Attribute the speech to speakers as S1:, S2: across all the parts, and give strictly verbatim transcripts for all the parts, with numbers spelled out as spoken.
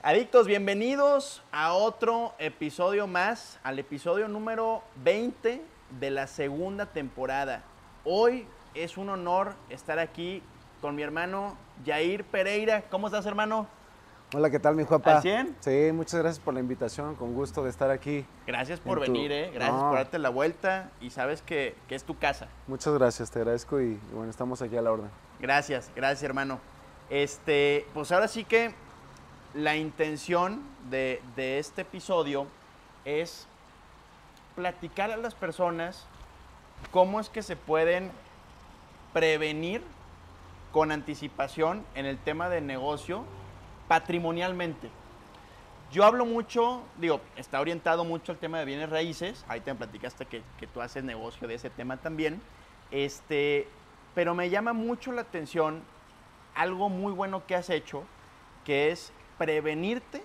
S1: Adictos, bienvenidos a otro episodio más, al episodio número veinte de la segunda temporada. Hoy es un honor estar aquí con mi hermano Yair Pereira. ¿Cómo estás, hermano?
S2: Hola, ¿qué tal, mi Juanpa?
S1: ¿Al cien?
S2: Sí, muchas gracias por la invitación, con gusto de estar aquí.
S1: Gracias por
S2: tu...
S1: venir, ¿eh? Gracias
S2: no.
S1: por darte la vuelta y sabes que, que es tu casa.
S2: Muchas gracias, te agradezco y, y bueno, estamos aquí a la orden.
S1: Gracias, gracias, hermano. Este, pues ahora sí que la intención de, de este episodio es platicar a las personas cómo es que se pueden prevenir con anticipación en el tema de negocio patrimonialmente. Yo hablo mucho, digo, está orientado mucho al tema de bienes raíces. Ahí te platicaste que, que tú haces negocio de ese tema también. Este, pero me llama mucho la atención algo muy bueno que has hecho, que es prevenirte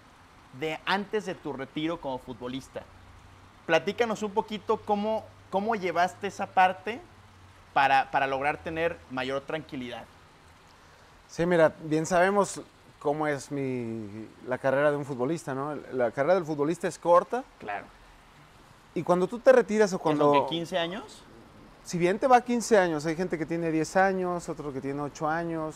S1: de antes de tu retiro como futbolista. Platícanos un poquito cómo, cómo llevaste esa parte para, para lograr tener mayor tranquilidad.
S2: Sí, mira, bien sabemos cómo es mi, la carrera de un futbolista, ¿no? La carrera del futbolista es corta.
S1: Claro.
S2: Y cuando tú te retiras o cuando...
S1: ¿Es lo que quince años?
S2: Si bien te va quince años, hay gente que tiene diez años, otro que tiene ocho años.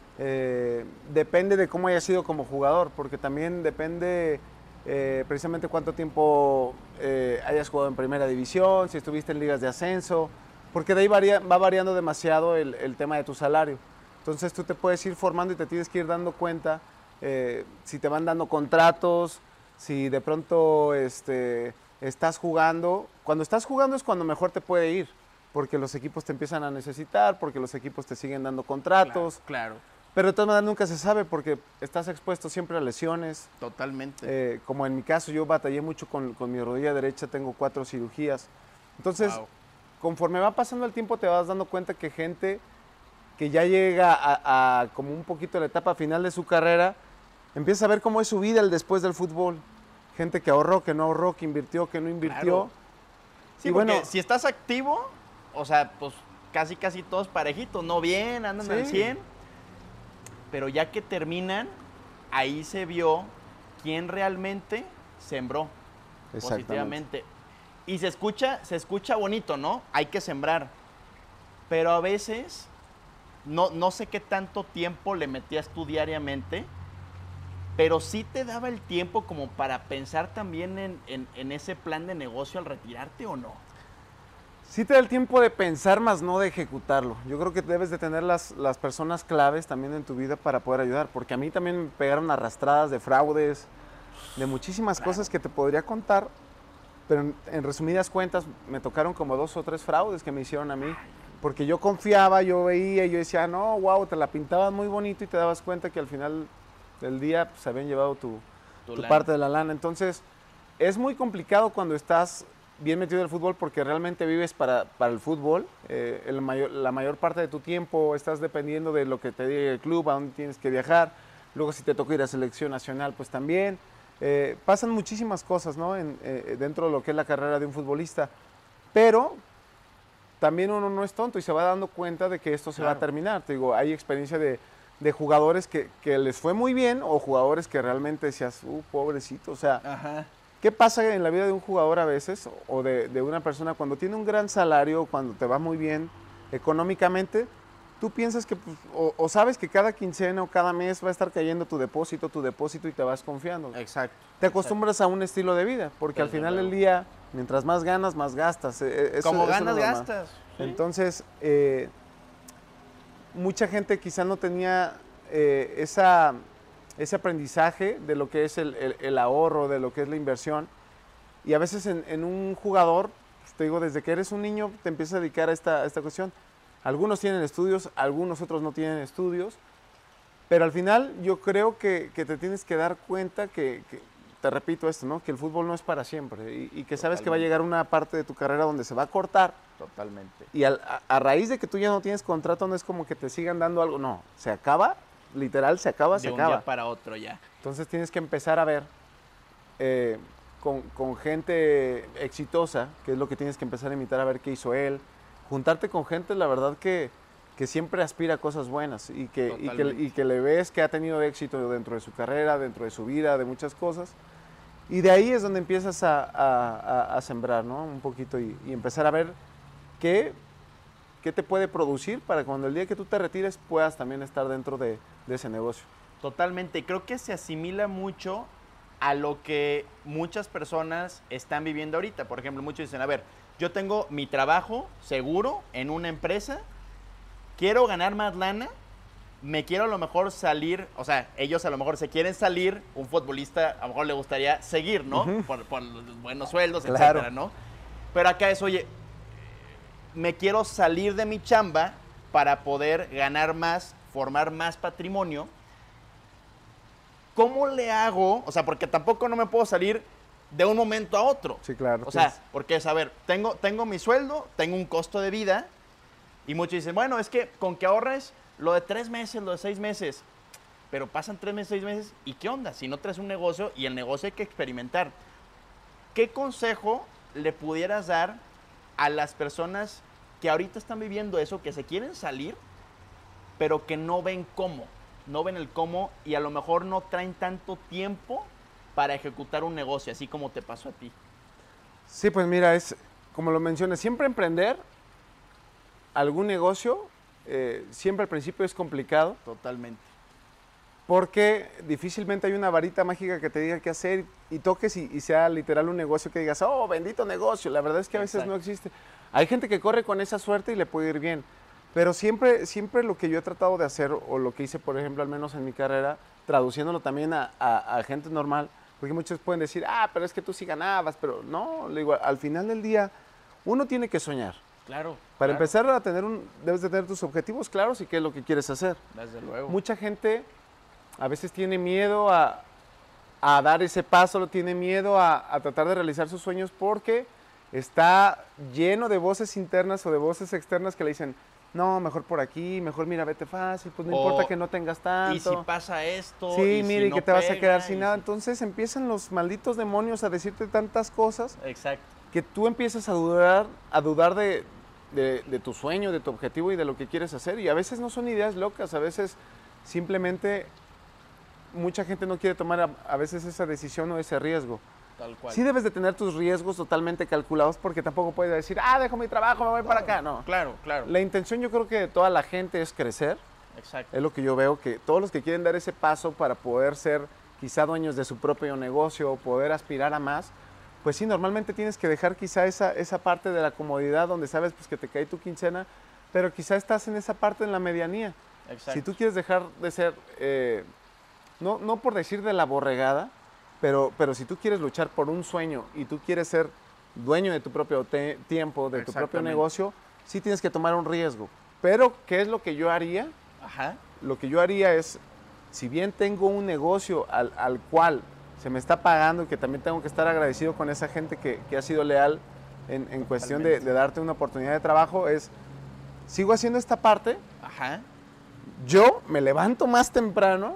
S2: Eh, depende de cómo hayas sido como jugador, porque también depende eh, precisamente cuánto tiempo eh, hayas jugado en primera división, si estuviste en ligas de ascenso, porque de ahí varía, va variando demasiado el, el tema de tu salario. Entonces tú te puedes ir formando y te tienes que ir dando cuenta eh, si te van dando contratos, si de pronto este, estás jugando. Cuando estás jugando es cuando mejor te puede ir, porque los equipos te empiezan a necesitar, porque los equipos te siguen dando contratos.
S1: Claro, claro.
S2: Pero de todas maneras nunca se sabe porque estás expuesto siempre a lesiones.
S1: Totalmente.
S2: Eh, como en mi caso, yo batallé mucho con, con mi rodilla derecha, tengo cuatro cirugías. Entonces,
S1: Wow.
S2: conforme va pasando el tiempo te vas dando cuenta que gente que ya llega a, a como un poquito la etapa final de su carrera, empieza a ver cómo es su vida el después del fútbol. Gente que ahorró, que no ahorró, que invirtió, que no invirtió.
S1: Claro. Sí,
S2: y
S1: porque
S2: bueno,
S1: si estás activo, o sea, pues casi casi todos parejitos, no bien, andan
S2: sí.
S1: al cien. Pero ya que terminan, ahí se vio quién realmente sembró positivamente. Y se escucha, se escucha bonito, ¿no? Hay que sembrar. Pero a veces, no, no sé qué tanto tiempo le metías tú diariamente, pero sí te daba el tiempo como para pensar también en, en, en ese plan de negocio al retirarte, ¿o no?
S2: Sí te da el tiempo de pensar, más no de ejecutarlo. Yo creo que debes de tener las, las personas claves también en tu vida para poder ayudar, porque a mí también me pegaron arrastradas de fraudes, de muchísimas
S1: Claro.
S2: cosas que te podría contar, pero en, en resumidas cuentas me tocaron como dos o tres fraudes que me hicieron a mí, porque yo confiaba, yo veía, yo decía, no, wow, te la pintaban muy bonito y te dabas cuenta que al final del día pues, se habían llevado tu,
S1: Tu
S2: tu
S1: lana.
S2: parte de la lana. Entonces, es muy complicado cuando estás bien metido en el fútbol porque realmente vives para, para el fútbol. Eh, el mayor, la mayor parte de tu tiempo estás dependiendo de lo que te diga el club, a dónde tienes que viajar. Luego si te toca ir a selección nacional, pues también. Eh, pasan muchísimas cosas, ¿no? En, eh, dentro de lo que es la carrera de un futbolista. Pero también uno no es tonto y se va dando cuenta de que esto se
S1: Claro.
S2: va a terminar. Te digo, hay experiencia de, de jugadores que, que les fue muy bien o jugadores que realmente decías, uh, pobrecito, o sea...
S1: Ajá.
S2: ¿Qué pasa en la vida de un jugador a veces o de, de una persona cuando tiene un gran salario, cuando te va muy bien económicamente? Tú piensas que, pues, o, o sabes que cada quincena o cada mes va a estar cayendo tu depósito, tu depósito y te vas confiando.
S1: Exacto.
S2: Te acostumbras a un estilo de vida, porque al
S1: Desde
S2: final
S1: luego.
S2: del día, mientras más ganas, más gastas. Eh, eso-
S1: Como
S2: eso es
S1: ganas,
S2: normal.
S1: gastas. ¿Sí?
S2: Entonces, eh, mucha gente quizá no tenía eh, esa... ese aprendizaje de lo que es el, el, el ahorro, de lo que es la inversión. Y a veces en, en un jugador, pues te digo, desde que eres un niño te empiezas a dedicar a esta, a esta cuestión. Algunos tienen estudios, algunos otros no tienen estudios, pero al final yo creo que, que te tienes que dar cuenta que, que, te repito esto, ¿no? Que el fútbol no es para siempre y, y que sabes
S1: Totalmente.
S2: que va a llegar una parte de tu carrera donde se va a cortar.
S1: Totalmente.
S2: Y al, a, a raíz de que tú ya no tienes contrato, no es como que te sigan dando algo, no, se acaba. Literal, se acaba,
S1: De
S2: se
S1: un
S2: acaba.
S1: día para otro ya.
S2: Entonces tienes que empezar a ver eh, con, con gente exitosa, que es lo que tienes que empezar a imitar, a ver qué hizo él. Juntarte con gente, la verdad que, que siempre aspira a cosas buenas y que, y, que,
S1: Totalmente.
S2: y que le ves que ha tenido éxito dentro de su carrera, dentro de su vida, de muchas cosas. Y de ahí es donde empiezas a, a- a- a sembrar, ¿no? Un poquito y, y empezar a ver qué, qué te puede producir para cuando el día que tú te retires puedas también estar dentro de, de ese negocio.
S1: Totalmente. Y creo que se asimila mucho a lo que muchas personas están viviendo ahorita. Por ejemplo, muchos dicen, a ver, yo tengo mi trabajo seguro en una empresa, quiero ganar más lana, me quiero a lo mejor salir, o sea, ellos a lo mejor se quieren salir, un futbolista a lo mejor le gustaría seguir, ¿no?
S2: Ujú.
S1: por, por los buenos sueldos,
S2: Claro.
S1: etcétera, ¿no? Pero acá es, oye, me quiero salir de mi chamba para poder ganar más, formar más patrimonio. ¿Cómo le hago? O sea, porque tampoco no me puedo salir de un momento a otro.
S2: Sí, claro.
S1: O sea,
S2: tienes-
S1: porque es, a ver, tengo, tengo mi sueldo, tengo un costo de vida, y muchos dicen, bueno, es que con que ahorres lo de tres meses, lo de seis meses, pero pasan tres meses, seis meses, ¿y qué onda? Si no traes un negocio, y el negocio hay que experimentar. ¿Qué consejo le pudieras dar a las personas que ahorita están viviendo eso, que se quieren salir, pero que no ven cómo? No ven el cómo y a lo mejor no traen tanto tiempo para ejecutar un negocio, así como te pasó a ti.
S2: Sí, pues mira, es como lo mencioné, siempre emprender algún negocio, eh, siempre al principio es complicado
S1: Totalmente.
S2: porque difícilmente hay una varita mágica que te diga qué hacer y toques y, y sea literal un negocio que digas, oh, bendito negocio. La verdad es que a veces
S1: Exacto.
S2: no existe. Hay gente que corre con esa suerte y le puede ir bien, pero siempre, siempre lo que yo he tratado de hacer o lo que hice, por ejemplo, al menos en mi carrera, traduciéndolo también a, a- a gente normal, porque muchos pueden decir, ah, pero es que tú sí ganabas, pero no, le digo, al final del día uno tiene que soñar.
S1: Claro.
S2: Para
S1: claro,
S2: empezar a tener un, debes de tener tus objetivos claros y qué es lo que quieres hacer.
S1: Desde luego.
S2: Mucha gente a veces tiene miedo a, a dar ese paso, tiene miedo a, a tratar de realizar sus sueños porque está lleno de voces internas o de voces externas que le dicen, no, mejor por aquí, mejor mira, vete fácil, pues no
S1: O,
S2: importa que no tengas tanto.
S1: Y si pasa esto.
S2: Sí,
S1: y
S2: mira,
S1: si
S2: y
S1: no
S2: que te vas a
S1: pega,
S2: quedar sin
S1: y
S2: nada.
S1: si-
S2: Entonces empiezan los malditos demonios a decirte tantas cosas
S1: Exacto.
S2: que tú empiezas a dudar, a dudar de, de- de tu sueño, de tu objetivo y de lo que quieres hacer. Y a veces no son ideas locas, a veces simplemente mucha gente no quiere tomar a, a veces esa decisión o ese riesgo.
S1: Tal cual.
S2: Sí debes de tener tus riesgos totalmente calculados porque tampoco puedes decir, ah, dejo mi trabajo, me voy para acá. No.
S1: Claro, claro.
S2: La intención yo creo que de toda la gente es crecer.
S1: Exacto.
S2: Es lo que yo veo, que todos los que quieren dar ese paso para poder ser quizá dueños de su propio negocio o poder aspirar a más, pues sí, normalmente tienes que dejar quizá esa, esa parte de la comodidad donde sabes pues, que te cae tu quincena, pero quizá estás en esa parte en la medianía.
S1: Exacto.
S2: Si tú quieres dejar de ser, eh, no, no por decir de la borregada, pero, pero si tú quieres luchar por un sueño y tú quieres ser dueño de tu propio te- tiempo, de tu propio
S1: Exactamente.
S2: negocio, sí tienes que tomar un riesgo. Pero, ¿qué es lo que yo haría?
S1: Ajá.
S2: Lo que yo haría es, si bien tengo un negocio al, al cual se me está pagando y que también tengo que estar agradecido con esa gente que, que ha sido leal en, en cuestión de,
S1: Totalmente.
S2: de darte una oportunidad de trabajo, es, sigo haciendo esta parte,
S1: Ajá.
S2: yo me levanto más temprano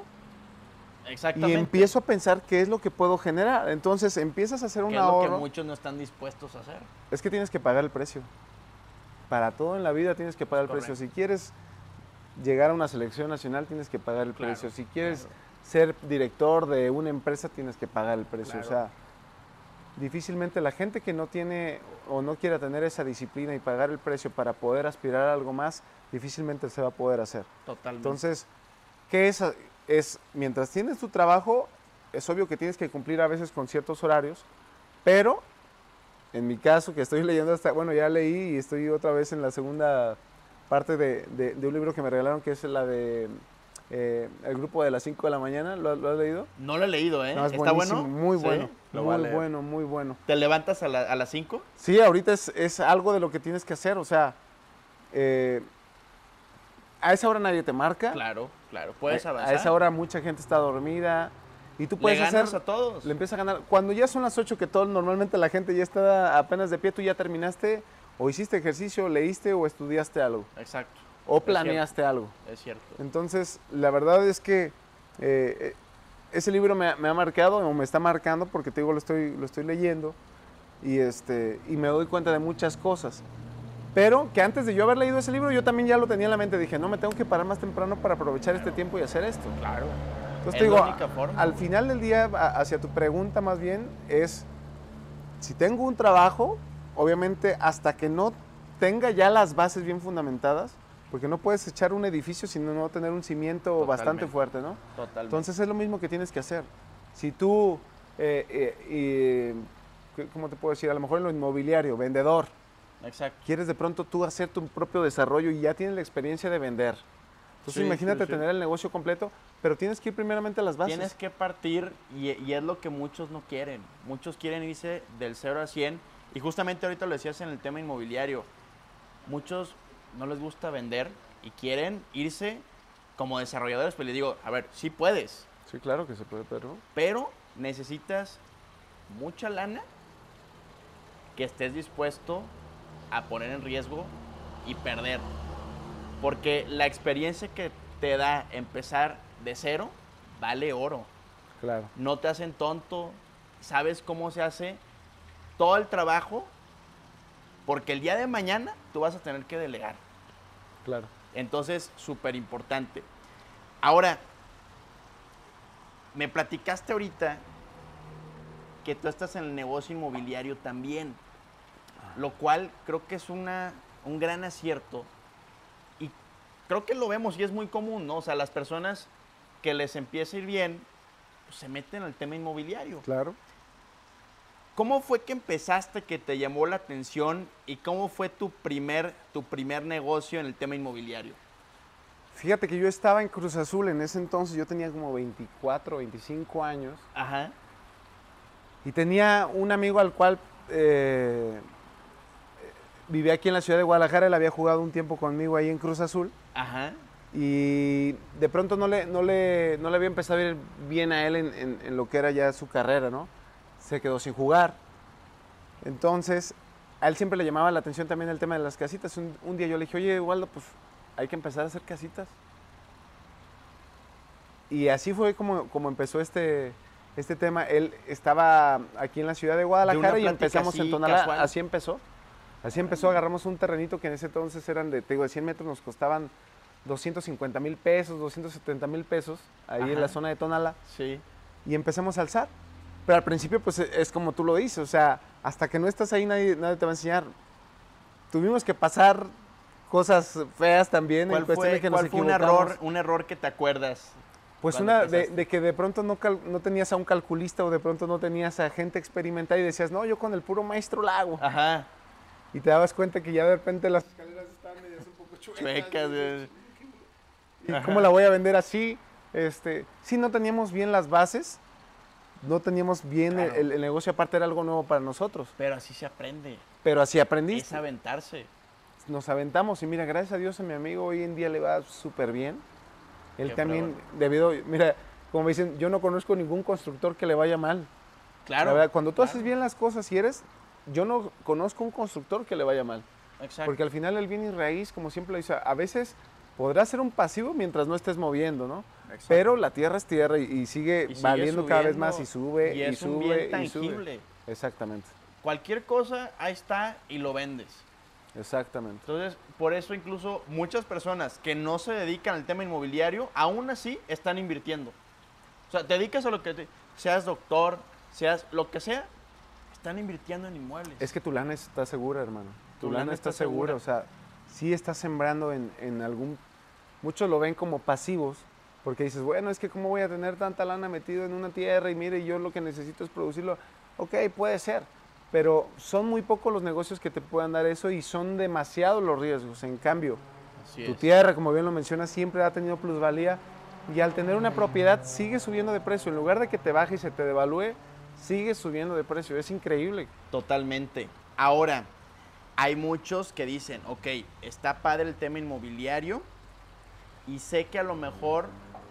S2: y
S1: Exactamente.
S2: empiezo a pensar qué es lo que puedo generar. Entonces empiezas a hacer un
S1: Que es lo que
S2: ahorro.
S1: muchos no están dispuestos a hacer.
S2: Es que tienes que pagar el precio. Para todo en la vida tienes que pagar el
S1: Correcto.
S2: precio. Si quieres llegar a una selección nacional, tienes que pagar el
S1: Claro,
S2: precio. Si quieres
S1: claro.
S2: ser director de una empresa, tienes que pagar el precio.
S1: Claro.
S2: O sea, difícilmente la gente que no tiene o no quiera tener esa disciplina y pagar el precio para poder aspirar a algo más, difícilmente se va a poder hacer.
S1: Totalmente.
S2: Entonces, ¿qué es? Es, mientras tienes tu trabajo, es obvio que tienes que cumplir a veces con ciertos horarios, pero en mi caso, que estoy leyendo hasta, bueno, ya leí y estoy otra vez en la segunda parte de, de- de un libro que me regalaron, que es la de eh, El grupo de las cinco de la mañana, ¿lo, lo has leído?
S1: No lo he leído, ¿eh?
S2: No, es
S1: ¿Está
S2: buenísimo,
S1: bueno?
S2: muy
S1: Sí,
S2: bueno,
S1: lo voy a
S2: muy
S1: leer.
S2: bueno, muy bueno.
S1: ¿Te levantas a, la- a las cinco?
S2: Sí, ahorita es, es algo de lo que tienes que hacer, o sea, eh, a esa hora nadie te marca.
S1: Claro, claro. Puedes
S2: a,
S1: avanzar.
S2: a esa hora mucha gente está dormida y tú
S1: Le
S2: puedes
S1: ganas
S2: hacer,
S1: a todos.
S2: le empiezas a ganar. Cuando ya son las ocho que todo, normalmente la gente ya está apenas de pie, tú ya terminaste o hiciste ejercicio, leíste o estudiaste algo
S1: Exacto.
S2: o
S1: Es
S2: planeaste algo.
S1: Es cierto.
S2: Entonces, la verdad es que eh, ese libro me, ha- me ha marcado o me está marcando porque te digo, lo estoy, lo estoy leyendo y, este, y me doy cuenta de muchas cosas. Pero que antes de yo haber leído ese libro, yo también ya lo tenía en la mente. Dije, no, me tengo que parar más temprano para aprovechar
S1: Claro.
S2: este tiempo y hacer esto.
S1: Claro.
S2: Entonces
S1: Es
S2: te digo,
S1: la única forma.
S2: al final del día, a- hacia tu pregunta más bien, es, si tengo un trabajo, obviamente hasta que no tenga ya las bases bien fundamentadas, porque no puedes echar un edificio sin no tener un cimiento
S1: Totalmente.
S2: bastante fuerte, ¿no?
S1: Totalmente.
S2: Entonces es lo mismo que tienes que hacer. Si tú, eh, eh, eh, ¿cómo te puedo decir? A lo mejor en lo inmobiliario, vendedor,
S1: Exacto.
S2: quieres de pronto tú hacer tu propio desarrollo y ya tienes la experiencia de vender. Entonces
S1: Sí,
S2: imagínate
S1: sí, sí.
S2: tener el negocio completo, pero tienes que ir primeramente a las bases.
S1: Tienes que partir y, y es lo que muchos no quieren. Muchos quieren irse del cero a cien y justamente ahorita lo decías en el tema inmobiliario. Muchos no les gusta vender y quieren irse como desarrolladores, pero les digo, a ver, sí puedes,
S2: Sí, claro que se puede, pero...
S1: pero necesitas mucha lana que estés dispuesto a poner en riesgo y perder. Porque la experiencia que te da empezar de cero vale oro.
S2: Claro,
S1: No te hacen tonto, sabes cómo se hace todo el trabajo, porque el día de mañana tú vas a tener que delegar.
S2: claro.
S1: Entonces, súper importante. Ahora, me platicaste ahorita que tú estás en el negocio inmobiliario también, lo cual creo que es una, un gran acierto y creo que lo vemos y es muy común, ¿no? O sea, las personas que les empieza a ir bien, pues se meten al tema inmobiliario.
S2: Claro.
S1: ¿Cómo fue que empezaste, que te llamó la atención y cómo fue tu primer, tu primer negocio en el tema inmobiliario?
S2: Fíjate que yo estaba en Cruz Azul en ese entonces, yo tenía como veinticuatro, veinticinco años
S1: Ajá,
S2: y tenía un amigo al cual eh, vivía aquí en la ciudad de Guadalajara, él había jugado un tiempo conmigo ahí en Cruz Azul
S1: ajá,
S2: y de pronto no le, no le, no le había empezado a ir bien a él en, en- en lo que era ya su carrera, ¿no? Se quedó sin jugar. Entonces, a él siempre le llamaba la atención también el tema de las casitas. Un, un día yo le dije, oye, Waldo, pues hay que empezar a hacer casitas. Y así fue como, como empezó este, este tema. Él estaba aquí en la ciudad de Guadalajara
S1: una
S2: y
S1: plática
S2: empezamos
S1: así,
S2: en Tonalá.
S1: casual.
S2: Así empezó. Así empezó, agarramos un terrenito que en ese entonces eran de, te digo, de cien metros, nos costaban doscientos cincuenta mil pesos, doscientos setenta mil pesos, ahí
S1: Ajá.
S2: en la zona de Tonalá.
S1: sí,
S2: Y empezamos a alzar. Pero al principio, pues e- es como tú lo dices, o sea, hasta que no estás ahí nadie, nadie te va a enseñar. Tuvimos que pasar cosas feas también en
S1: ¿Cuál
S2: cuestión
S1: fue,
S2: de que nos
S1: cuál fue un
S2: equivocamos.
S1: error, un error que te acuerdas?
S2: Pues
S1: cuando
S2: una de,
S1: empezaste?
S2: de que de pronto no, cal- no tenías a un calculista o de pronto no tenías a gente experimentada y decías, no, yo con el puro maestro la hago.
S1: Ajá,
S2: Y te dabas cuenta que ya de repente las escaleras estaban medias un poco chuecas.
S1: chuecas. eh.
S2: ¿Y cómo la voy a vender así? Este, sí, no teníamos bien las bases, no teníamos bien
S1: Claro.
S2: el, el negocio, aparte era algo nuevo para nosotros.
S1: Pero así se aprende,
S2: Pero así aprendí.
S1: es aventarse.
S2: Nos aventamos y mira, gracias a Dios a mi amigo hoy en día le va súper bien. Él
S1: Qué
S2: también,
S1: fregón.
S2: debido, mira, como me dicen, yo no conozco ningún constructor que le vaya mal.
S1: Claro.
S2: La verdad, cuando tú
S1: claro,
S2: haces bien las cosas y eres, yo no conozco un constructor que le vaya mal.
S1: Exacto.
S2: Porque al final el bien y raíz, como siempre lo dice, a veces podrá ser un pasivo mientras no estés moviendo, ¿no?
S1: Exacto.
S2: Pero la tierra es tierra y, y sigue
S1: Y sigue
S2: valiendo cada vez
S1: subiendo,
S2: más y sube
S1: y
S2: y,
S1: es un
S2: sube
S1: bien
S2: y sube.
S1: tangible.
S2: Exactamente,
S1: Cualquier cosa, ahí está y lo vendes.
S2: exactamente.
S1: Entonces, por eso incluso muchas personas que no se dedican al tema inmobiliario, aún así están invirtiendo. O sea, te dedicas a lo que te, seas doctor, seas lo que sea, están invirtiendo en inmuebles.
S2: Es que tu lana está segura, hermano. Tu,
S1: Tu
S2: lana,
S1: lana
S2: está,
S1: está
S2: segura.
S1: segura.
S2: O sea, sí estás sembrando en, en algún... Muchos lo ven como pasivos, porque dices, bueno, es que cómo voy a tener tanta lana metido en una tierra y mire, yo lo que necesito es producirlo. Ok, puede ser, pero son muy pocos los negocios que te puedan dar eso y son demasiados los riesgos. En cambio,
S1: Así
S2: tu
S1: es.
S2: tierra, como bien lo mencionas, siempre ha tenido plusvalía y al tener una propiedad sigue subiendo de precio. En lugar de que te baje y se te devalúe, sigue subiendo de precio. Es increíble.
S1: Totalmente. Ahora, hay muchos que dicen, ok, está padre el tema inmobiliario y sé que a lo mejor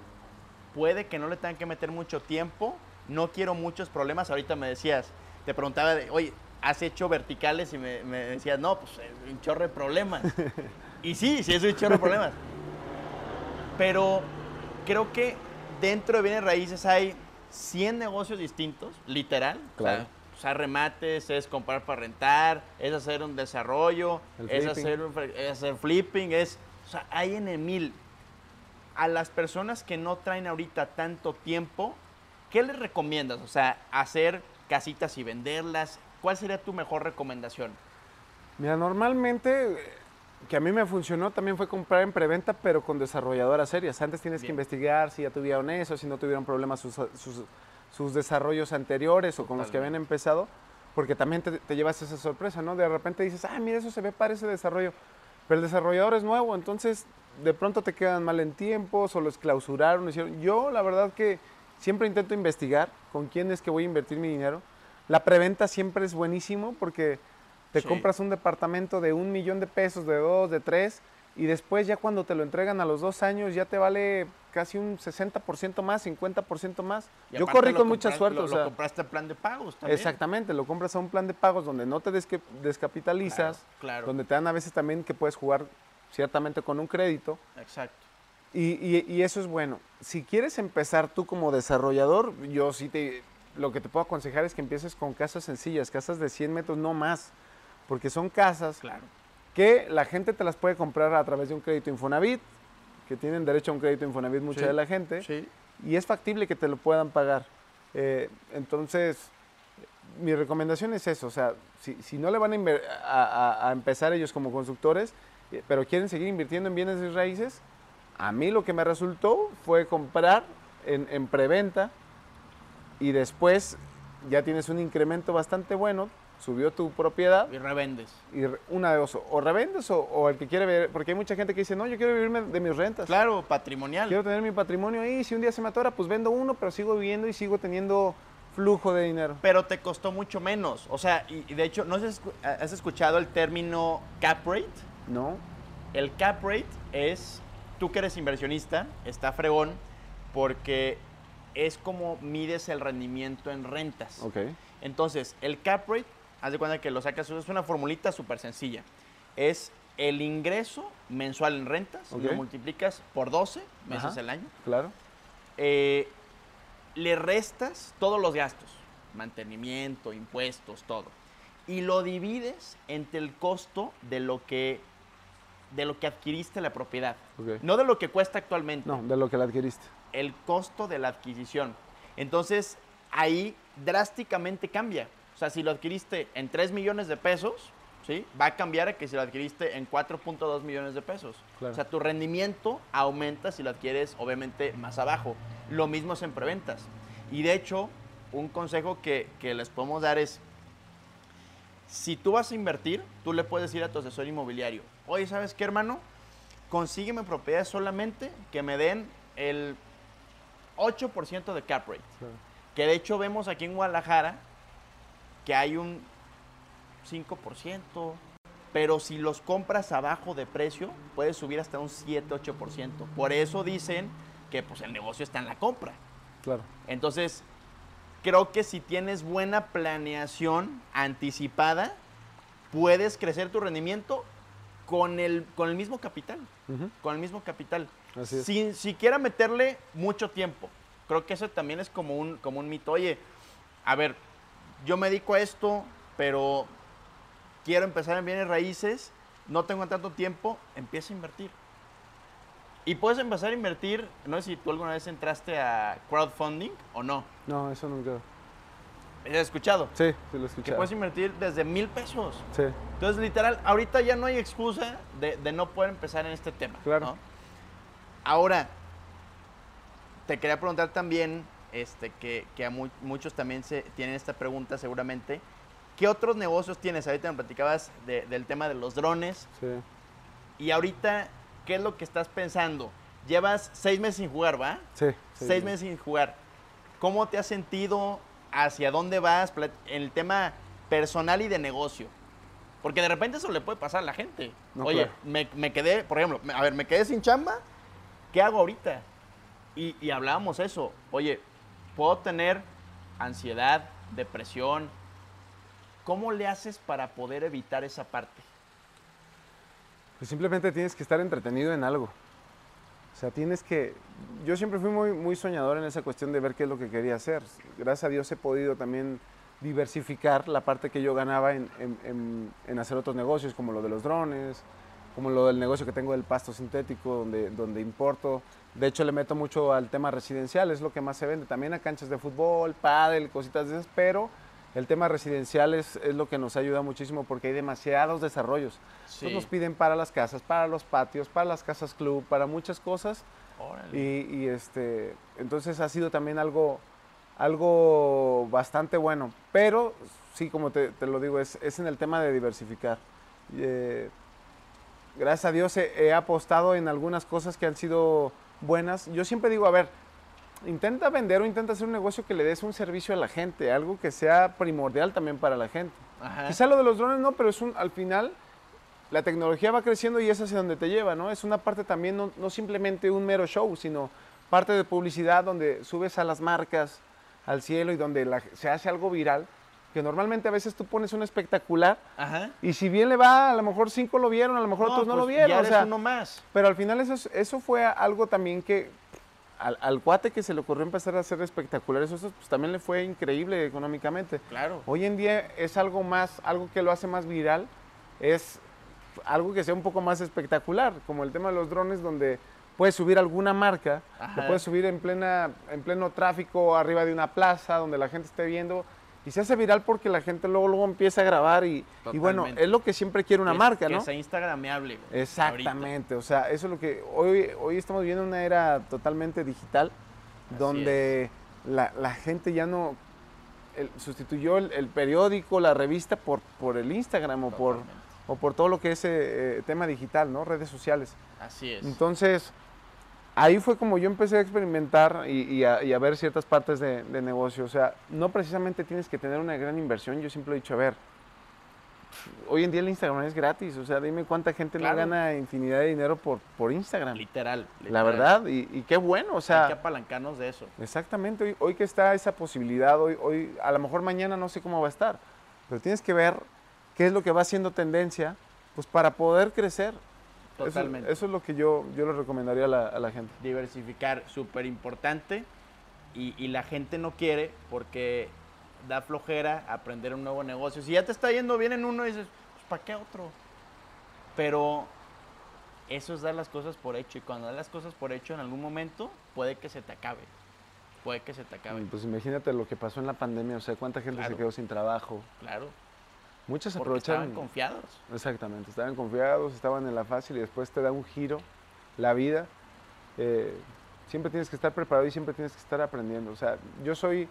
S1: puede que no le tengan que meter mucho tiempo, no quiero muchos problemas. Ahorita me decías, te preguntaba, de, oye, ¿has hecho verticales? Y me, me decías, no, pues es un chorro de problemas. Y sí, sí es un chorro de problemas. Pero creo que dentro de bienes raíces hay cien negocios distintos, literal.
S2: Claro.
S1: O sea, sea, remates, es comprar para rentar, es hacer un desarrollo,
S2: El
S1: es
S2: flipping.
S1: hacer, un- es hacer flipping, es, o sea, hay en el mil. A las personas que no traen ahorita tanto tiempo, ¿qué les recomiendas? O sea, hacer casitas y venderlas. ¿Cuál sería tu mejor recomendación?
S2: Mira, normalmente, eh, que a mí me funcionó, también fue comprar en preventa, pero con desarrolladoras serias. Antes tienes que
S1: Bien.
S2: investigar si ya tuvieron eso, si no tuvieron problemas sus, sus, sus desarrollos anteriores o con los que habían
S1: Totalmente.
S2: empezado, porque también te, te llevas esa sorpresa, ¿no? De repente dices, ah, mira, eso se ve para ese desarrollo, pero el desarrollador es nuevo, entonces de pronto te quedan mal en tiempos o los clausuraron. Hicieron. Yo, la verdad que siempre intento investigar con quién es que voy a invertir mi dinero. La preventa siempre es buenísimo porque te
S1: Sí.
S2: compras un departamento de un millón de pesos, de dos, de tres, y después ya cuando te lo entregan a los dos años ya te vale casi un sesenta por ciento más, cincuenta por ciento más.
S1: Y
S2: Yo
S1: aparte
S2: corrí
S1: lo
S2: con mucha
S1: compras-
S2: suerte.
S1: Lo,
S2: o
S1: lo
S2: sea,
S1: compraste en plan de pagos también.
S2: exactamente, lo compras a un plan de pagos donde no te desque- descapitalizas,
S1: Claro, claro.
S2: donde te dan a veces también que puedes jugar ciertamente con un crédito.
S1: Exacto.
S2: Y, y- y eso es bueno. Si quieres empezar tú como desarrollador, yo sí te, lo que te puedo aconsejar es que empieces con casas sencillas, casas de cien metros, no más, porque son casas
S1: Claro.
S2: que la gente te las puede comprar a través de un crédito Infonavit, que tienen derecho a un crédito Infonavit mucha
S1: Sí,
S2: de la gente,
S1: Sí.
S2: y es factible que te lo puedan pagar. Eh, entonces, mi recomendación es eso, o sea, si, si no le van a, inver- a- a- a empezar ellos como constructores, eh, pero quieren seguir invirtiendo en bienes de raíces, a mí lo que me resultó fue comprar en, en preventa y después ya tienes un incremento bastante bueno, subió tu propiedad
S1: Y revendes.
S2: y re- una de dos, o revendes o, o el que quiere ver, porque hay mucha gente que dice, no, yo quiero vivirme de mis rentas.
S1: Claro, patrimonial.
S2: Quiero tener mi patrimonio ahí, si un día se me atora, pues vendo uno, pero sigo viviendo y sigo teniendo flujo de dinero.
S1: Pero te costó mucho menos. O sea, y, y de hecho, ¿no has escu- has escuchado el término cap rate?
S2: ¿No?
S1: El cap rate es, tú que eres inversionista, está fregón, porque es como mides el rendimiento en rentas.
S2: Ok.
S1: Entonces, el cap rate, haz de cuenta que lo sacas, es una formulita súper sencilla. Es el ingreso mensual en rentas,
S2: Ok.
S1: lo multiplicas por doce meses
S2: Ajá.
S1: al año,
S2: Claro.
S1: eh, le restas todos los gastos, mantenimiento, impuestos, todo, y lo divides entre el costo de lo que, de lo que adquiriste la propiedad,
S2: Ok.
S1: no de lo que cuesta actualmente,
S2: No, de lo que la adquiriste.
S1: el costo de la adquisición. Entonces, ahí drásticamente cambia. O sea, si lo adquiriste en tres millones de pesos, ¿sí? Va a cambiar a que si lo adquiriste en cuatro punto dos millones de pesos.
S2: Claro.
S1: O sea, tu rendimiento aumenta si lo adquieres, obviamente, más abajo. Lo mismo es en preventas. Y de hecho, un consejo que, que les podemos dar es, si tú vas a invertir, tú le puedes decir a tu asesor inmobiliario, oye, ¿sabes qué, hermano? Consígueme propiedades solamente que me den el ocho por ciento de cap rate.
S2: Claro.
S1: Que de hecho vemos aquí en Guadalajara que hay un cinco por ciento, pero si los compras abajo de precio, puedes subir hasta un siete, ocho por ciento. Por eso dicen que pues, el negocio está en la compra.
S2: Claro.
S1: Entonces, creo que si tienes buena planeación anticipada, puedes crecer tu rendimiento con el, con el mismo capital.
S2: Ujú.
S1: Con el mismo capital.
S2: Así es.
S1: Sin siquiera meterle mucho tiempo. Creo que eso también es como un, como un mito. Oye, a ver, yo me dedico a esto, pero quiero empezar en bienes raíces, no tengo tanto tiempo, empieza a invertir. Y puedes empezar a invertir, no sé si tú alguna vez entraste a crowdfunding o no.
S2: No, eso nunca.
S1: ¿Has escuchado?
S2: Sí, sí lo he
S1: Que
S2: escuchado.
S1: puedes invertir desde mil pesos.
S2: Sí,
S1: Entonces, literal, ahorita ya no hay excusa de, de no poder empezar en este tema.
S2: Claro.
S1: ¿no? Ahora, te quería preguntar también, este, que, que a mu- muchos también se, tienen esta pregunta seguramente. ¿Qué otros negocios tienes? Ahorita me platicabas de- del tema de los drones.
S2: sí.
S1: Y ahorita, ¿qué es lo que estás pensando? Llevas seis meses sin jugar, ¿va?
S2: Sí. sí,
S1: seis
S2: sí.
S1: meses sin jugar. ¿Cómo te has sentido? ¿Hacia dónde vas? Plat- En el tema personal y de negocio. Porque de repente eso le puede pasar a la gente.
S2: No,
S1: Oye,
S2: claro.
S1: me, me quedé, por ejemplo, me- a ver, me quedé sin chamba. ¿Qué hago ahorita? Y, y hablábamos eso. Oye, puedo tener ansiedad, depresión. ¿Cómo le haces para poder evitar esa parte?
S2: Pues simplemente tienes que estar entretenido en algo. O sea, tienes que... Yo siempre fui muy, muy soñador en esa cuestión de ver qué es lo que quería hacer. Gracias a Dios he podido también diversificar la parte que yo ganaba en, en, en, en hacer otros negocios, como lo de los drones, como lo del negocio que tengo del pasto sintético, donde, donde importo. De hecho, le meto mucho al tema residencial, es lo que más se vende. También a canchas de fútbol, pádel, cositas de esas, pero el tema residencial es, es lo que nos ayuda muchísimo porque hay demasiados desarrollos.
S1: Sí.
S2: Entonces nos piden para las casas, para los patios, para las casas club, para muchas cosas.
S1: Órale.
S2: Y, y este, entonces ha sido también algo, algo bastante bueno. Pero sí, como te, te lo digo, es, es en el tema de diversificar. Eh, gracias a Dios he, he apostado en algunas cosas que han sido buenas. Yo siempre digo, a ver, intenta vender o intenta hacer un negocio que le des un servicio a la gente, algo que sea primordial también para la gente.
S1: Ajá.
S2: Quizá lo de los drones no, pero es un, al final la tecnología va creciendo y es hacia donde te lleva, ¿no? Es una parte también, no, no simplemente un mero show, sino parte de publicidad donde subes a las marcas al cielo y donde la- se hace algo viral, que normalmente a veces tú pones un espectacular
S1: Ajá.
S2: y si bien le va, a lo mejor cinco lo vieron, a lo mejor otros no
S1: pues
S2: lo vieron.
S1: Ya
S2: o
S1: eres
S2: sea,
S1: uno más.
S2: pero al final eso, es- eso fue algo también que al, al cuate que se le ocurrió empezar a hacer espectaculares, eso pues, también le fue increíble económicamente.
S1: Claro.
S2: Hoy en día es algo más, algo que lo hace más viral, es algo que sea un poco más espectacular, como el tema de los drones donde puedes subir alguna marca,
S1: Ajá.
S2: lo puedes subir en, plena, en pleno tráfico, arriba de una plaza, donde la gente esté viendo, y se hace viral porque la gente luego, luego empieza a grabar y, y bueno,
S1: Totalmente.
S2: es lo que siempre quiere una
S1: Que-
S2: marca,
S1: que
S2: ¿no?
S1: sea instagrameable. güey,
S2: Exactamente, o sea, eso es lo que hoy, hoy estamos viviendo una era totalmente digital,
S1: Así
S2: donde la, la gente ya no el- sustituyó el, el periódico, la revista por, por el Instagram o por,
S1: Totalmente.
S2: o por todo lo que es eh, eh, tema digital, ¿no? Redes sociales.
S1: Así es.
S2: Entonces, ahí fue como yo empecé a experimentar y, y a, y a ver ciertas partes de, de negocio. O sea, no precisamente tienes que tener una gran inversión. Yo siempre he dicho, a ver, hoy en día el Instagram es gratis. O sea, dime cuánta gente
S1: Claro.
S2: no gana infinidad de dinero por, por Instagram.
S1: Literal,
S2: La
S1: literal.
S2: verdad, y, y qué bueno. O
S1: Hay que
S2: sea,
S1: apalancarnos de eso.
S2: exactamente, hoy, hoy que está esa posibilidad, hoy, hoy, a lo mejor mañana no sé cómo va a estar, pero tienes que ver qué es lo que va haciendo tendencia, pues para poder crecer. Eso-
S1: Totalmente.
S2: Eso, es lo que yo, yo le recomendaría a la, a la gente.
S1: Diversificar, súper importante. Y, y la gente no quiere porque da flojera aprender un nuevo negocio. Si ya te está yendo bien en uno, dices, pues ¿para qué otro? Pero eso es dar las cosas por hecho. Y cuando das las cosas por hecho, en algún momento puede que se te acabe. Puede que se te acabe.
S2: Pues imagínate lo que pasó en la pandemia, o sea, cuánta gente
S1: Claro.
S2: se quedó sin trabajo.
S1: Claro.
S2: Muchos
S1: Porque
S2: aprovecharon.
S1: estaban confiados.
S2: Exactamente, estaban confiados, estaban en la fácil y después te da un giro la vida. Eh, siempre tienes que estar preparado y siempre tienes que estar aprendiendo. O sea, yo soy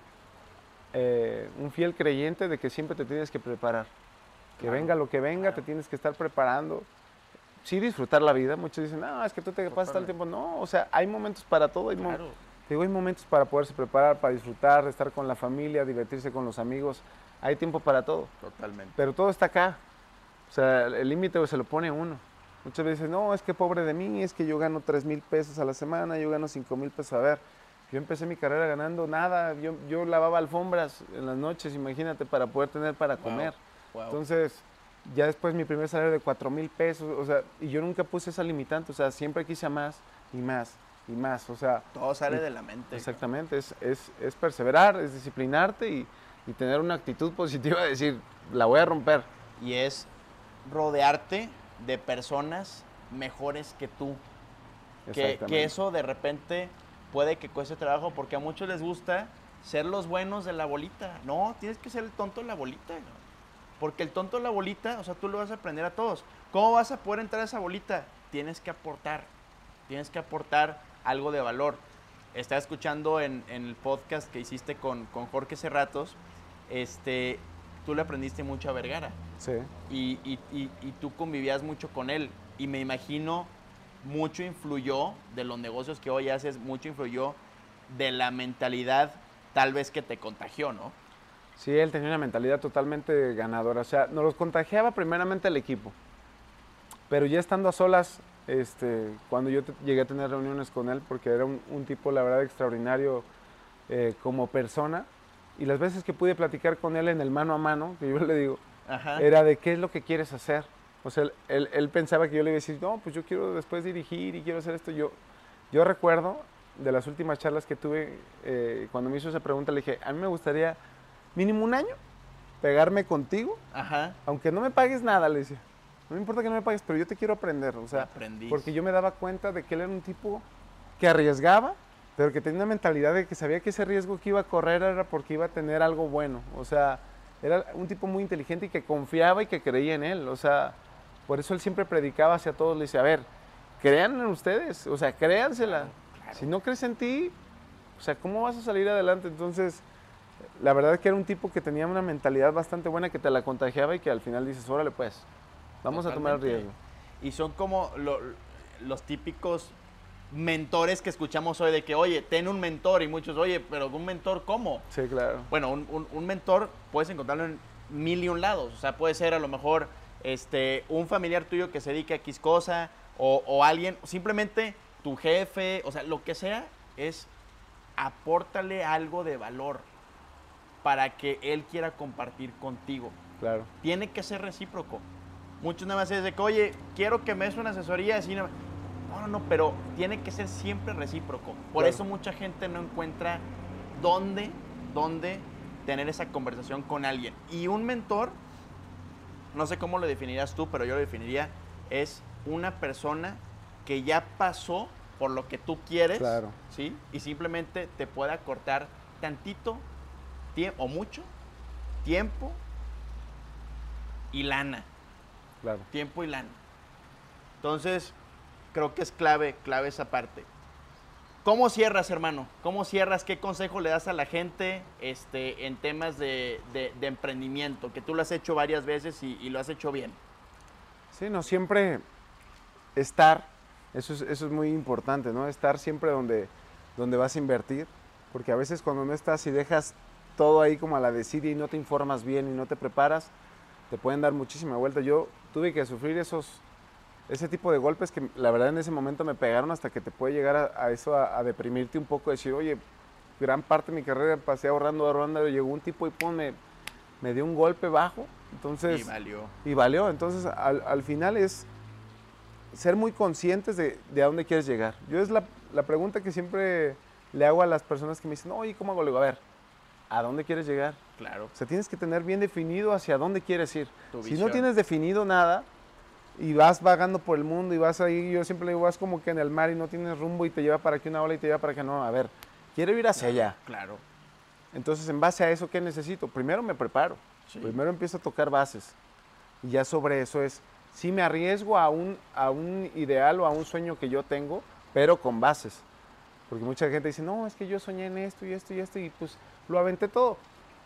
S2: eh, un fiel creyente de que siempre te tienes que preparar. Que
S1: Claro,
S2: venga lo que venga,
S1: claro.
S2: te tienes que estar preparando. Sí disfrutar la vida. Muchos dicen, no, es que tú te pasas todo el
S1: Totalmente.
S2: tiempo. No, o sea, hay momentos para todo. Hay, mo-
S1: Claro.
S2: te digo, hay momentos para poderse preparar, para disfrutar, estar con la familia, divertirse con los amigos. Hay tiempo para todo.
S1: Totalmente.
S2: Pero todo está acá. O sea, el límite se lo pone uno. Muchas veces, no, es que pobre de mí, es que yo gano tres mil pesos a la semana, yo gano cinco mil pesos. A ver, yo empecé mi carrera ganando nada, yo, yo lavaba alfombras en las noches, imagínate, para poder tener para
S1: Wow,
S2: comer.
S1: wow.
S2: Entonces, ya después mi primer salario de cuatro mil pesos, o sea, y yo nunca puse esa limitante, o sea, siempre quise más y más y más, o sea,
S1: Todo sale
S2: y-
S1: de la mente.
S2: exactamente, es, es, es perseverar, es disciplinarte y, y tener una actitud positiva de decir, la voy a romper.
S1: Y es rodearte de personas mejores que tú. Que,
S2: Exactamente.
S1: que eso de repente puede que cueste trabajo porque a muchos les gusta ser los buenos de la bolita. No, tienes que ser el tonto de la bolita. ¿no? Porque el tonto de la bolita, o sea, tú lo vas a aprender a todos. ¿Cómo vas a poder entrar a esa bolita? Tienes que aportar. Tienes que aportar algo de valor. Estaba escuchando en, en el podcast que hiciste con, con Jorge Serratos, este, tú le aprendiste mucho a Vergara
S2: Sí.
S1: y, y- y- y tú convivías mucho con él. Y me imagino mucho influyó de los negocios que hoy haces, mucho influyó de la mentalidad tal vez que te contagió, ¿no?
S2: Sí, él tenía una mentalidad totalmente ganadora. O sea, nos los contagiaba primeramente el equipo. Pero ya estando a solas, este, cuando yo te- llegué a tener reuniones con él, porque era un, un tipo, la verdad, extraordinario eh, como persona, y las veces que pude platicar con él en el mano a mano, que yo le digo,
S1: Ajá.
S2: era de qué es lo que quieres hacer. O sea, él, él- él pensaba que yo le iba a decir, no, pues yo quiero después dirigir y quiero hacer esto. Yo, yo recuerdo de las últimas charlas que tuve, eh, cuando me hizo esa pregunta, le dije, a mí me gustaría mínimo un año pegarme contigo,
S1: Ajá.
S2: aunque no me pagues nada, le decía. No me importa que no me pagues, pero yo te quiero aprender, o sea,
S1: Aprendiz.
S2: porque yo me daba cuenta de que él era un tipo que arriesgaba, pero que tenía una mentalidad de que sabía que ese riesgo que iba a correr era porque iba a tener algo bueno, o sea, era un tipo muy inteligente y que confiaba y que creía en él, o sea, por eso él siempre predicaba hacia todos, le decía, a ver, crean en ustedes, o sea, créansela,
S1: Claro, claro.
S2: si no crees en ti, o sea, ¿cómo vas a salir adelante? Entonces, la verdad es que era un tipo que tenía una mentalidad bastante buena que te la contagiaba y que al final dices, órale pues, vamos a tomar el
S1: Totalmente.
S2: riesgo.
S1: Y son como lo- los típicos mentores que escuchamos hoy de que, oye, ten un mentor. Y muchos, oye, pero ¿un mentor cómo?
S2: Sí, claro.
S1: Bueno, un, un- un mentor puedes encontrarlo en mil y un lados. O sea, puede ser a lo mejor este, un familiar tuyo que se dedique a X cosa o, o alguien, simplemente tu jefe, o sea, lo que sea, es apórtale algo de valor para que él quiera compartir contigo.
S2: Claro.
S1: Tiene que ser recíproco. Muchos nada más es de que, oye, quiero que me des una asesoría así. No, no, no, pero tiene que ser siempre recíproco. Por
S2: Claro.
S1: eso mucha gente no encuentra dónde, dónde tener esa conversación con alguien. Y un mentor, no sé cómo lo definirías tú, pero yo lo definiría, es una persona que ya pasó por lo que tú quieres,
S2: Claro.
S1: ¿sí? Y simplemente te puede acortar tantito tie- o mucho tiempo y lana.
S2: Claro.
S1: Tiempo y lana. Entonces, creo que es clave, clave esa parte. ¿Cómo cierras, hermano? ¿Cómo cierras? ¿Qué consejo le das a la gente este, en temas de, de- de emprendimiento? Que tú lo has hecho varias veces y, y lo has hecho bien.
S2: Sí, no, siempre estar, eso es, eso es muy importante, ¿no? Estar siempre donde, donde vas a invertir, porque a veces cuando no estás y dejas todo ahí como a la desidia y no te informas bien y no te preparas, te pueden dar muchísima vuelta. Yo tuve que sufrir esos, ese tipo de golpes que la verdad en ese momento me pegaron hasta que te puede llegar a, a eso, a, a deprimirte un poco, decir, oye, gran parte de mi carrera pasé ahorrando, ahorrando, llegó un tipo y pum, me, me dio un golpe bajo, entonces...
S1: Y valió.
S2: Y valió. Entonces, al, al final es ser muy conscientes de, de a dónde quieres llegar. Yo es la, la pregunta que siempre le hago a las personas que me dicen, oye, ¿cómo hago? Le digo, a ver, ¿a dónde quieres llegar?
S1: Claro.
S2: O sea, tienes que tener bien definido hacia dónde quieres ir.
S1: Tu
S2: Si
S1: visión.
S2: no tienes definido nada y vas vagando por el mundo y vas ahí, yo siempre le digo, vas como que en el mar y no tienes rumbo y te lleva para aquí una ola y te lleva para acá. No, a ver, quiero ir hacia allá.
S1: Claro.
S2: Entonces, en base a eso, ¿qué necesito? Primero me preparo.
S1: Sí.
S2: Primero empiezo a tocar bases. Y ya sobre eso es, sí me arriesgo a un, a un ideal o a un sueño que yo tengo, pero con bases. Porque mucha gente dice, no, es que yo soñé en esto y esto y esto y pues lo aventé todo.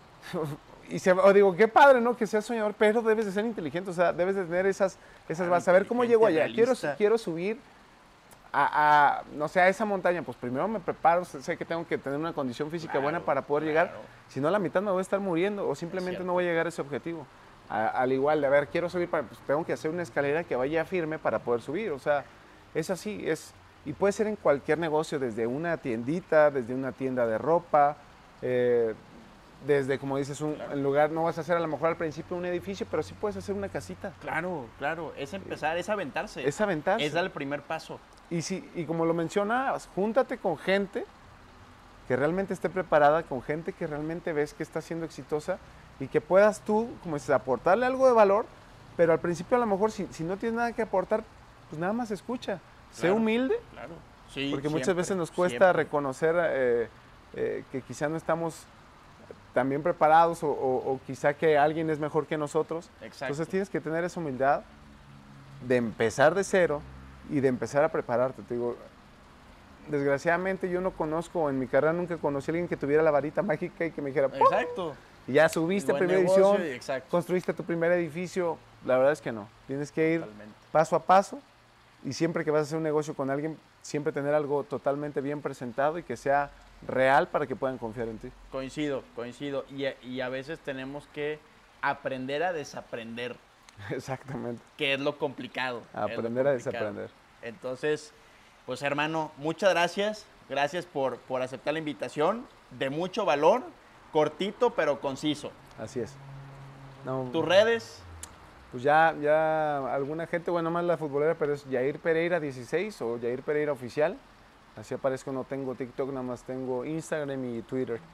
S2: Y se, o digo, qué padre, ¿no? Que seas soñador, pero debes de ser inteligente, o sea, debes de tener esas, esas
S1: Claro,
S2: bases. A ver cómo llego allá.
S1: inteligente,
S2: Quiero,
S1: realista.
S2: quiero subir a, a, no sé, a esa montaña. Pues primero me preparo, sé sé que tengo que tener una condición física
S1: Claro,
S2: buena para poder
S1: claro.
S2: llegar. Si no, a la mitad me voy a estar muriendo o simplemente
S1: cierto.
S2: no voy a llegar a ese objetivo. A- al igual de, a ver, quiero subir, para, pues tengo que hacer una escalera que vaya firme para poder subir. O sea, es así, es, y puede ser en cualquier negocio, desde una tiendita, desde una tienda de ropa, eh, desde, como dices, un
S1: Claro.
S2: en lugar, no vas a hacer a lo mejor al principio un edificio, pero sí puedes hacer una casita.
S1: Claro, claro. Es empezar, es aventarse.
S2: Es aventarse.
S1: Es dar el primer paso.
S2: Y, si, y como lo mencionas, júntate con gente que realmente esté preparada, con gente que realmente ves que está siendo exitosa y que puedas tú, como dices, aportarle algo de valor, pero al principio a lo mejor si, si no tienes nada que aportar, pues nada más escucha. Sé
S1: Claro.
S2: humilde,
S1: Claro. Sí,
S2: porque muchas
S1: siempre,
S2: veces nos cuesta
S1: siempre.
S2: reconocer eh, eh, que quizá no estamos tan bien preparados o, o- o quizá que alguien es mejor que nosotros.
S1: Exacto.
S2: Entonces tienes que tener esa humildad de empezar de cero y de empezar a prepararte. Te digo, desgraciadamente yo no conozco, en mi carrera nunca conocí a alguien que tuviera la varita mágica y que me dijera, ¡pum!
S1: Exacto.
S2: Y ya subiste a
S1: Buen
S2: primera
S1: negocio,
S2: edición,
S1: y- exacto.
S2: construiste tu primer edificio. La verdad es que no. Tienes que ir
S1: Totalmente.
S2: paso a paso y siempre que vas a hacer un negocio con alguien, siempre tener algo totalmente bien presentado y que sea real para que puedan confiar en ti.
S1: Coincido, coincido. Y, a- y a veces tenemos que aprender a desaprender,
S2: Exactamente.
S1: que es lo complicado. es lo
S2: Aprender a
S1: complicado.
S2: desaprender.
S1: Entonces, pues hermano, muchas gracias. Gracias por, por aceptar la invitación. De mucho valor, cortito pero conciso.
S2: Así es. No,
S1: Tus redes,
S2: pues ya, ya alguna gente, bueno, más la futbolera, pero es Yair Pereira dieciséis o Yair Pereira Oficial. Así aparezco, no tengo TikTok, nada más tengo Instagram y Twitter.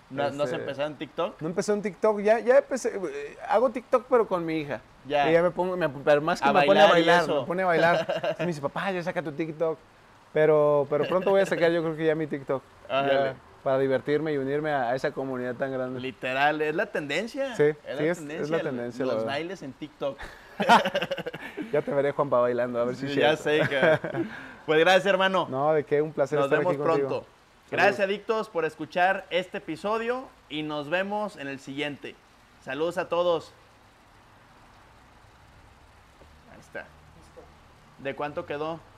S1: ¿No, ¿no has
S2: Este,
S1: empezado en TikTok?
S2: No empecé en TikTok, ya, ya empecé, eh, hago TikTok pero con mi hija.
S1: Ya.
S2: Y ya me pongo, me, pero más que
S1: A
S2: me pone a
S1: bailar y
S2: bailar,
S1: eso.
S2: me pone a bailar. Entonces me dice, papá, ya saca tu TikTok. Pero, pero pronto voy a sacar yo creo que ya mi TikTok.
S1: Ándale.
S2: Ya, para divertirme y unirme a, a esa comunidad tan grande.
S1: Literal, es la tendencia.
S2: Sí,
S1: es
S2: sí,
S1: la
S2: es-
S1: tendencia.
S2: es la tendencia, la
S1: Los
S2: verdad.
S1: bailes en TikTok.
S2: Ya te veré, Juanpa, bailando, a ver si
S1: Sí,
S2: es
S1: ya
S2: cierto.
S1: sé. Que... Pues gracias, hermano.
S2: No, de qué, un placer
S1: Nos
S2: estar
S1: vemos
S2: aquí contigo.
S1: pronto. Gracias, adictos, por escuchar este episodio y nos vemos en el siguiente. Saludos a todos. Ahí está. ¿De cuánto quedó?